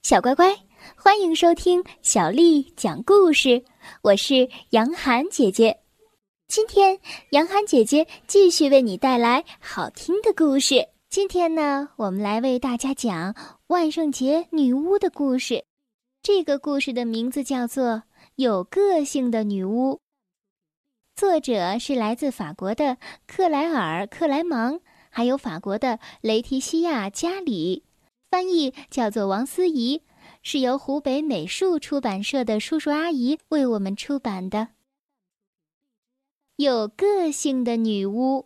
小乖乖，欢迎收听小丽讲故事，我是杨涵姐姐。今天杨涵姐姐继续为你带来好听的故事。今天呢，我们来为大家讲万圣节女巫的故事。这个故事的名字叫做《有个性的女巫》，作者是来自法国的克莱尔·克莱芒，还有法国的雷提西亚·加里，翻译叫做王思怡，是由湖北美术出版社的叔叔阿姨为我们出版的。有个性的女巫。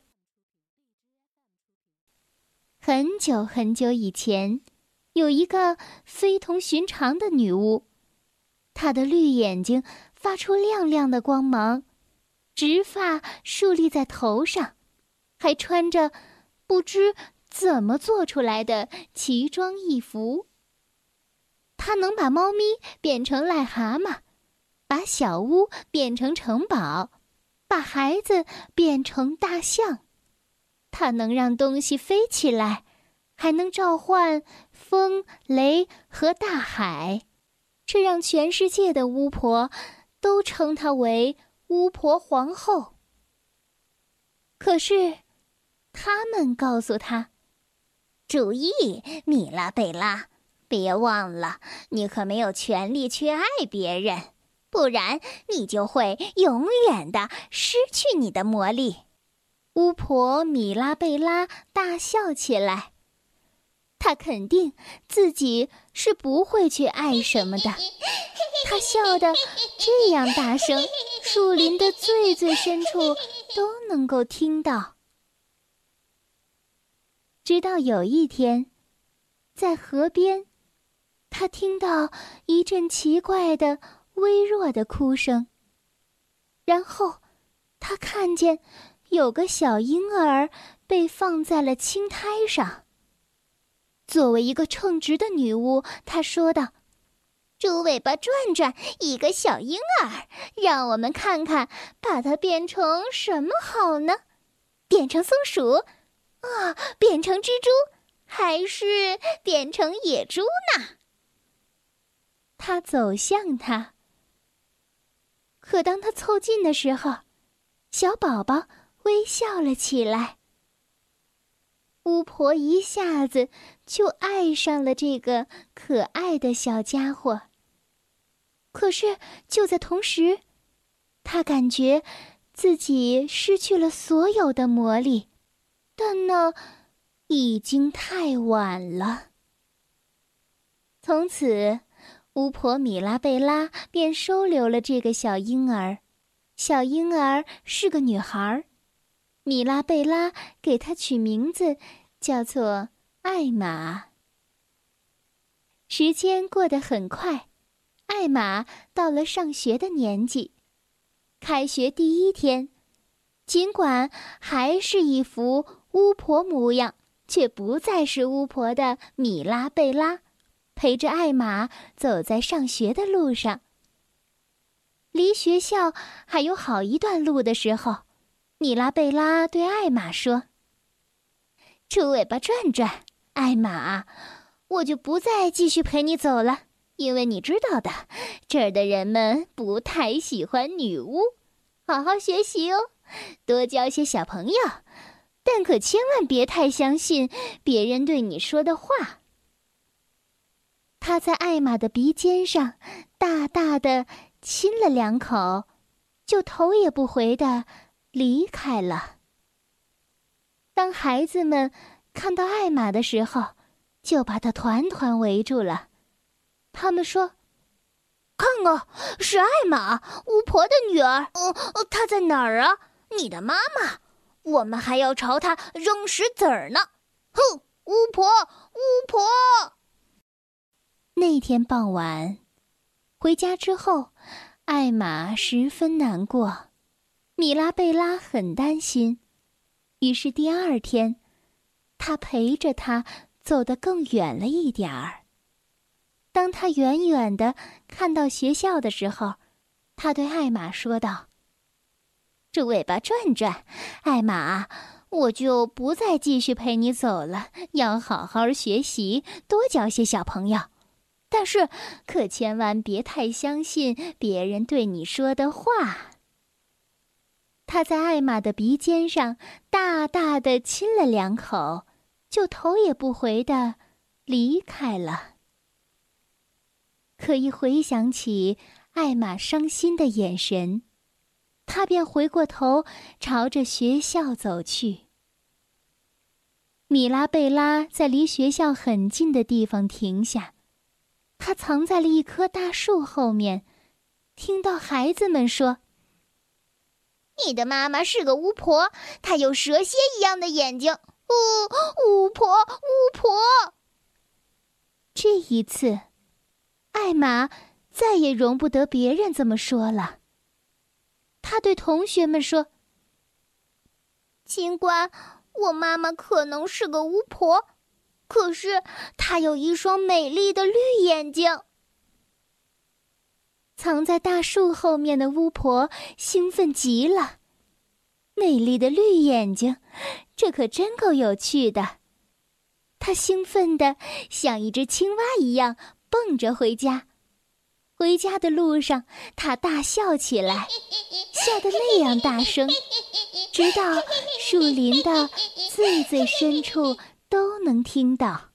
很久很久以前，有一个非同寻常的女巫，她的绿眼睛发出亮亮的光芒，直发竖立在头上，还穿着不知怎么做出来的奇装异服。她能把猫咪变成癞蛤蟆，把小屋变成城堡，把孩子变成大象。她能让东西飞起来，还能召唤风、雷和大海，这让全世界的巫婆都称她为巫婆皇后。可是他们告诉她， 注意，米拉贝拉，别忘了，你可没有权利去爱别人，不然你就会永远地失去你的魔力。 巫婆米拉贝拉大笑起来，她肯定自己是不会去爱什么的。她笑得这样大声，树林的最最深处都能够听到。直到有一天，在河边，她听到一阵奇怪的微弱的哭声，然后她看见有个小婴儿被放在了青苔上。作为一个称职的女巫，她说道， 猪尾巴转转，一个小婴儿，让我们看看把它变成什么好呢？变成松鼠？变成蜘蛛？还是变成野猪呢？ 她走向它，可当她凑近的时候，小宝宝微笑了起来。巫婆一下子就爱上了这个可爱的小家伙。可是就在同时，她感觉自己失去了所有的魔力，但那已经太晚了。从此，巫婆米拉贝拉便收留了这个小婴儿。小婴儿是个女孩，米拉贝拉给她取名字叫做艾玛。时间过得很快，艾玛到了上学的年纪。开学第一天，尽管还是一副巫婆模样，却不再是巫婆的米拉贝拉，陪着艾玛走在上学的路上。离学校还有好一段路的时候，米拉贝拉对艾玛说， 猪尾巴转转，艾玛，我就不再继续陪你走了，因为你知道的，这儿的人们不太喜欢女巫。好好学习哦，多交些小朋友，但可千万别太相信别人对你说的话。 他在艾玛的鼻尖上大大的亲了2口，就头也不回地离开了。当孩子们看到艾玛的时候，就把她团团围住了。他们说， 看啊，是艾玛，巫婆的女儿。她在哪儿啊？你的妈妈？我们还要朝她扔石子儿呢。哼，巫婆，巫婆！ 那天傍晚，回家之后，艾玛十分难过，米拉贝拉很担心。于是第二天，她陪着她走得更远了一点儿。当她远远地看到学校的时候，她对艾玛说道， 猪尾巴转转，艾玛，我就不再继续陪你走了，要好好学习，多交些小朋友。 但是可千万别太相信别人对你说的话。他在艾玛的鼻尖上大大的亲了2口，就头也不回地离开了。可一回想起艾玛伤心的眼神，他便回过头朝着学校走去。米拉贝拉在离学校很近的地方停下，他藏在了一棵大树后面，听到孩子们说：“ 你的妈妈是个巫婆，她有蛇蝎一样的眼睛。巫婆，巫婆！” 这一次，艾玛再也容不得别人这么说了。他对同学们说：“ 尽管我妈妈可能是个巫婆，可是她有一双美丽的绿眼睛。” 藏在大树后面的巫婆兴奋极了。美丽的绿眼睛，这可真够有趣的。她兴奋得像一只青蛙一样蹦着回家。回家的路上，她大笑起来，笑得那样大声，直到树林的最最深处都能听到。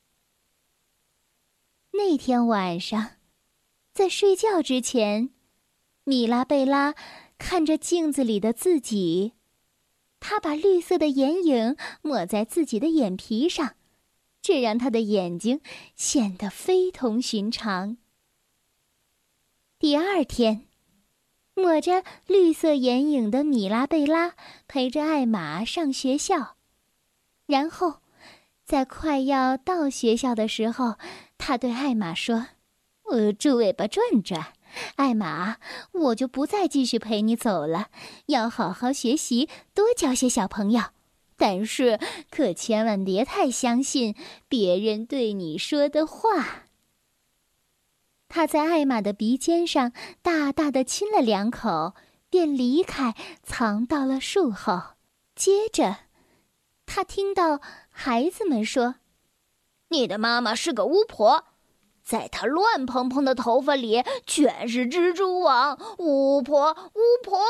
那天晚上，在睡觉之前，米拉贝拉看着镜子里的自己，她把绿色的眼影抹在自己的眼皮上，这让她的眼睛显得非同寻常。第2天，抹着绿色眼影的米拉贝拉陪着艾玛上学校，然后在快要到学校的时候，她对艾玛说：“猪尾巴转转，艾玛，我就不再继续陪你走了，要好好学习，多交些小朋友。但是可千万别太相信别人对你说的话。”他在艾玛的鼻尖上大大的亲了2口，便离开，藏到了树后。接着，他听到孩子们说：“ 你的妈妈是个巫婆，在她乱蓬蓬的头发里全是蜘蛛网。巫婆，巫婆！”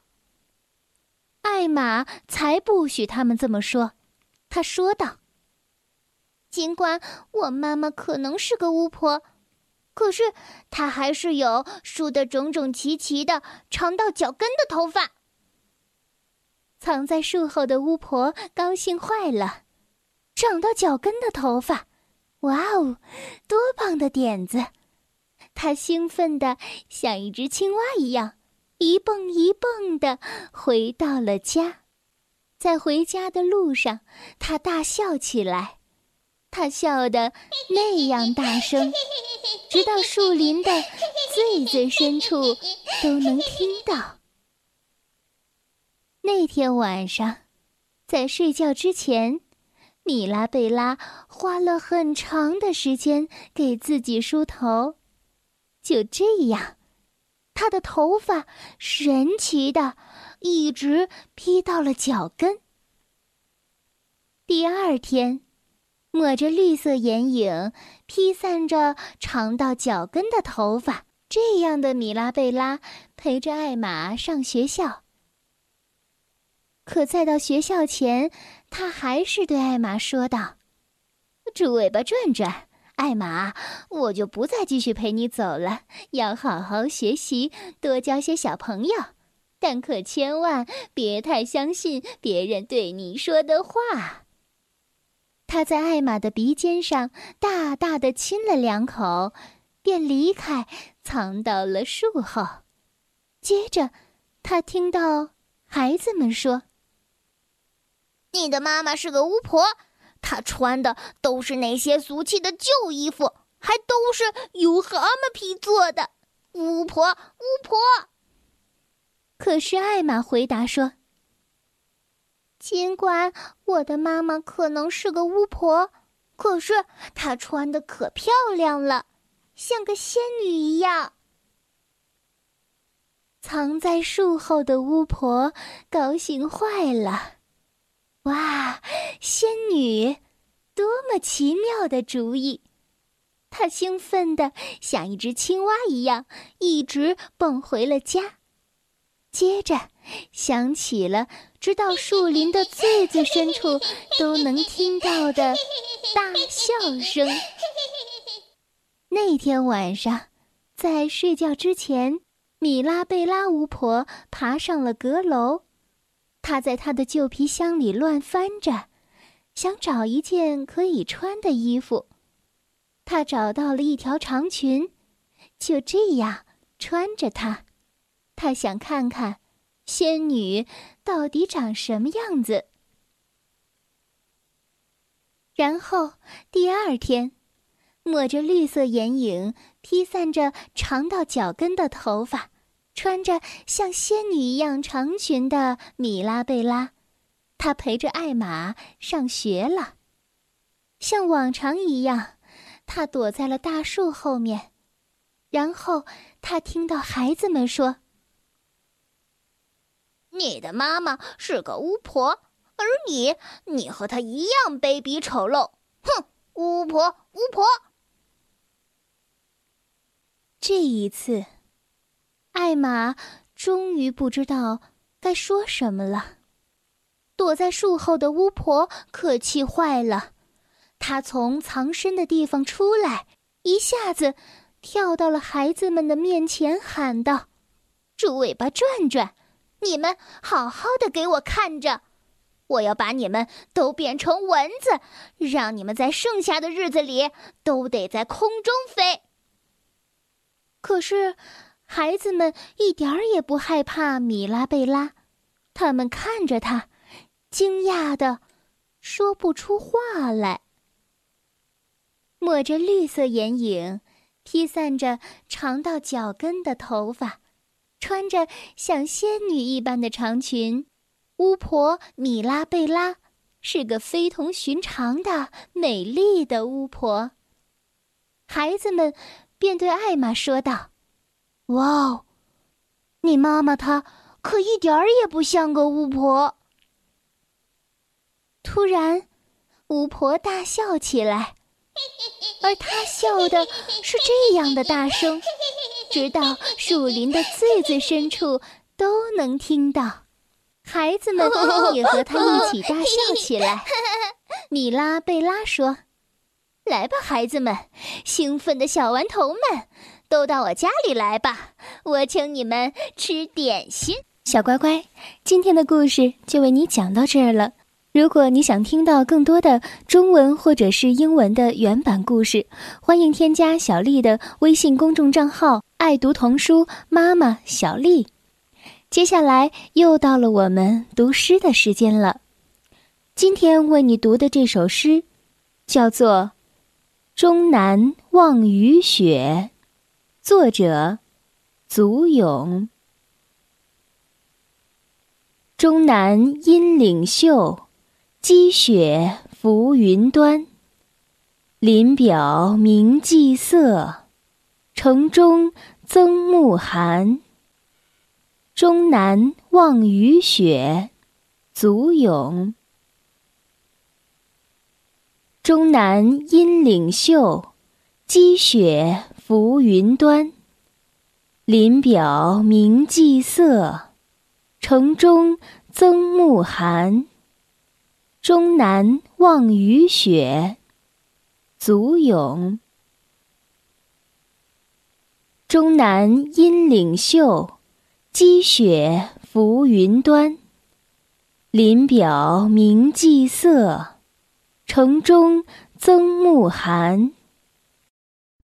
艾玛才不许他们这么说，他说道：“ 尽管我妈妈可能是个巫婆，可是她还是有梳得整整齐齐的长到脚跟的头发。” 藏在树后的巫婆高兴坏了，长到脚跟的头发，哇哦，多棒的点子！她兴奋得像一只青蛙一样，一蹦一蹦地回到了家。在回家的路上，她大笑起来，她笑得那样大声，直到树林的最最深处都能听到。那天晚上，在睡觉之前，米拉贝拉花了很长的时间给自己梳头。就这样，她的头发神奇的一直披到了脚跟。第2天，抹着绿色眼影，披散着长到脚跟的头发，这样的米拉贝拉陪着艾玛上学校。可在到学校前，他还是对艾玛说道：“猪尾巴转转，艾玛，我就不再继续陪你走了，要好好学习，多交些小朋友。但可千万别太相信别人对你说的话。”他在艾玛的鼻尖上大大的亲了2口，便离开，藏到了树后。接着，他听到孩子们说：“ 你的妈妈是个巫婆，她穿的都是那些俗气的旧衣服，还都是用蛤蟆皮做的。巫婆，巫婆！” 可是艾玛回答说：“ 尽管我的妈妈可能是个巫婆，可是她穿的可漂亮了，像个仙女一样。” 藏在树后的巫婆高兴坏了。哇，仙女，多么奇妙的主意！ 他兴奋地像一只青蛙一样，一直蹦回了家。接着响起了直到树林的最最深处都能听到的大笑声。那天晚上，在睡觉之前，米拉贝拉巫婆爬上了阁楼。她在她的旧皮箱里乱翻着，想找一件可以穿的衣服。她找到了一条长裙，就这样穿着它。她想看看仙女到底长什么样子。然后第二天，抹着绿色眼影，披散着长到脚跟的头发，穿着像仙女一样长裙的米拉贝拉，她陪着艾玛上学了。像往常一样，她躲在了大树后面。然后她听到孩子们说：“ 你的妈妈是个巫婆，而你和她一样卑鄙丑陋。哼，巫婆，巫婆！” 这一次，艾玛终于不知道该说什么了。躲在树后的巫婆可气坏了，她从藏身的地方出来，一下子跳到了孩子们的面前，喊道：“ 猪尾巴转转，你们好好的给我看着！我要把你们都变成蚊子，让你们在剩下的日子里都得在空中飞。” 可是孩子们一点儿也不害怕米拉贝拉，他们看着她，惊讶地说不出话来。抹着绿色眼影，披散着长到脚跟的头发，穿着像仙女一般的长裙，巫婆米拉贝拉是个非同寻常的美丽的巫婆。孩子们便对艾玛说道：“哇哦，你妈妈她可一点儿也不像个巫婆。”突然，巫婆大笑起来，而她笑的是这样的大声，直到树林的最最深处都能听到。孩子们也和她一起大笑起来。米拉贝拉说：“来吧，孩子们，兴奋的小顽童们，都到我家里来吧，我请你们吃点心。”小乖乖，今天的故事就为你讲到这儿了。如果你想听到更多的中文或者是英文的原版故事，欢迎添加小丽的微信公众账号“爱读童书妈妈小丽”。接下来又到了我们读诗的时间了。今天为你读的这首诗叫做《终南望雨雪》，作者祖咏。终南阴岭秀，积雪浮云端。林表明霁色，城中增暮寒。终南望雨雪，祖咏。终南阴岭秀，积雪浮云端。林表明霁色，城中增暮寒。终南望雨雪，祖咏。终南阴岭秀，积雪浮云端。林表明霁色，城中增暮寒。